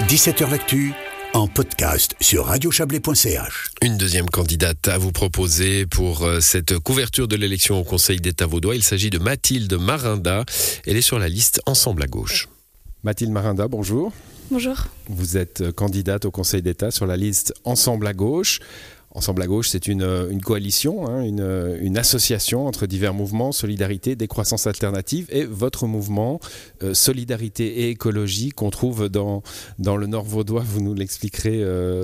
17h L'actu en podcast sur radiochablais.ch. Une deuxième candidate à vous proposer pour cette couverture de l'élection au Conseil d'État vaudois. Il s'agit de Mathilde Marinda. Elle est sur la liste Ensemble à gauche. Mathilde Marinda, bonjour. Bonjour. Vous êtes candidate au Conseil d'État sur la liste Ensemble à gauche. Ensemble à gauche, c'est une coalition, une association entre divers mouvements, Solidarité, Décroissance Alternative et votre mouvement, Solidarité et Écologie, qu'on trouve dans le Nord vaudois. Vous nous l'expliquerez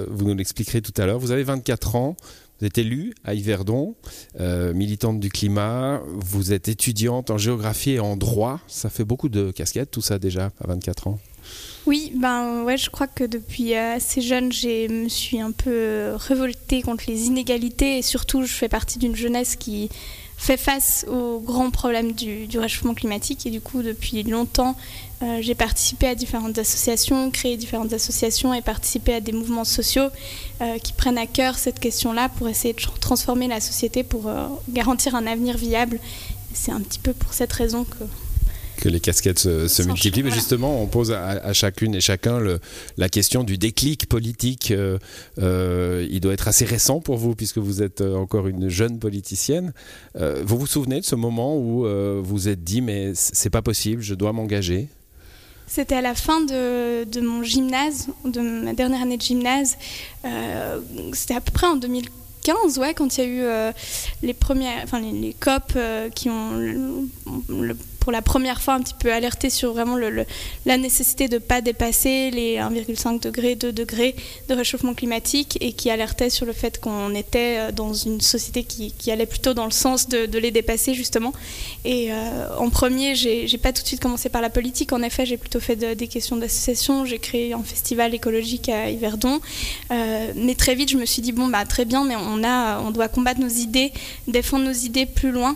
tout à l'heure. Vous avez 24 ans, vous êtes élue à Yverdon, militante du climat, vous êtes étudiante en géographie et en droit. Ça fait beaucoup de casquettes, tout ça déjà, à 24 ans. Oui, je crois que depuis assez jeune, je me suis un peu révoltée contre les inégalités et surtout, je fais partie d'une jeunesse qui fait face aux grands problèmes du réchauffement climatique et du coup, depuis longtemps, j'ai participé à différentes associations, créé différentes associations et participé à des mouvements sociaux qui prennent à cœur cette question-là pour essayer de transformer la société pour garantir un avenir viable. C'est un petit peu pour cette raison que les casquettes se multiplient. Mais justement, on pose à chacune et chacun la question du déclic politique. Il doit être assez récent pour vous, puisque vous êtes encore une jeune politicienne. Vous vous souvenez de ce moment où vous vous êtes dit « mais c'est pas possible, je dois m'engager ». C'était à la fin de mon gymnase, de ma dernière année de gymnase. C'était à peu près en 2015, quand il y a eu les COP qui ont pour la première fois un petit peu alerté sur vraiment la nécessité de ne pas dépasser les 1,5 degrés, 2 degrés de réchauffement climatique et qui alertait sur le fait qu'on était dans une société qui allait plutôt dans le sens de les dépasser justement. Et en premier, j'ai pas tout de suite commencé par la politique. En effet, j'ai plutôt fait des questions d'association. J'ai créé un festival écologique à Yverdon. Mais très vite, je me suis dit, très bien, mais on doit combattre nos idées, défendre nos idées plus loin.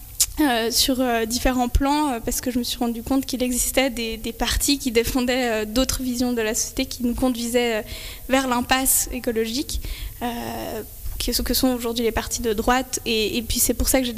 Sur différents plans parce que je me suis rendu compte qu'il existait des partis qui défendaient d'autres visions de la société qui nous conduisaient vers l'impasse écologique que sont aujourd'hui les partis de droite et puis c'est pour ça que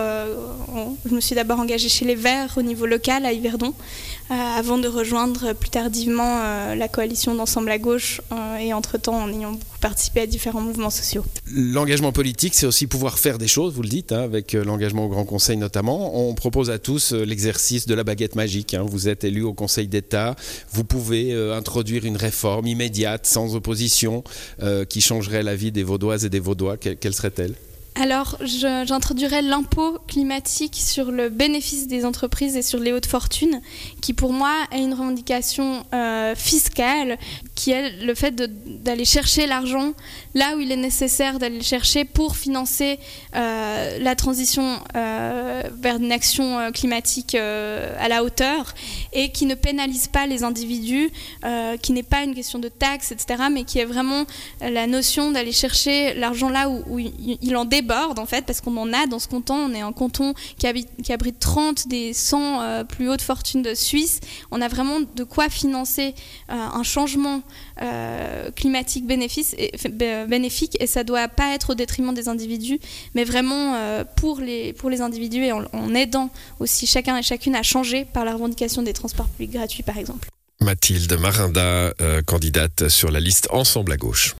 je me suis d'abord engagée chez les Verts au niveau local à Yverdon avant de rejoindre plus tardivement la coalition d'Ensemble à gauche et entre-temps en ayant beaucoup participé à différents mouvements sociaux. L'engagement politique, c'est aussi pouvoir faire des choses, vous le dites, avec l'engagement au Grand Conseil notamment. On propose à tous l'exercice de la baguette magique. Vous êtes élu au Conseil d'État, vous pouvez introduire une réforme immédiate, sans opposition, qui changerait la vie des Vaudoises et des Vaudois. Quelle serait-elle ? Alors, j'introduirais l'impôt climatique sur le bénéfice des entreprises et sur les hautes fortunes, qui pour moi est une revendication fiscale, qui est le fait d'aller chercher l'argent là où il est nécessaire d'aller le chercher pour financer la transition vers une action climatique à la hauteur et qui ne pénalise pas les individus, qui n'est pas une question de taxes, etc., mais qui est vraiment la notion d'aller chercher l'argent là où il en déborde en fait, parce qu'on en a dans ce canton. On est un canton qui abrite 30 des 100 plus hautes fortunes de Suisse. On a vraiment de quoi financer un changement climatique bénéfique et ça ne doit pas être au détriment des individus, mais vraiment pour les individus et en aidant aussi chacun et chacune à changer par la revendication des transports publics gratuits par exemple. Mathilde Marinda, candidate sur la liste Ensemble à gauche.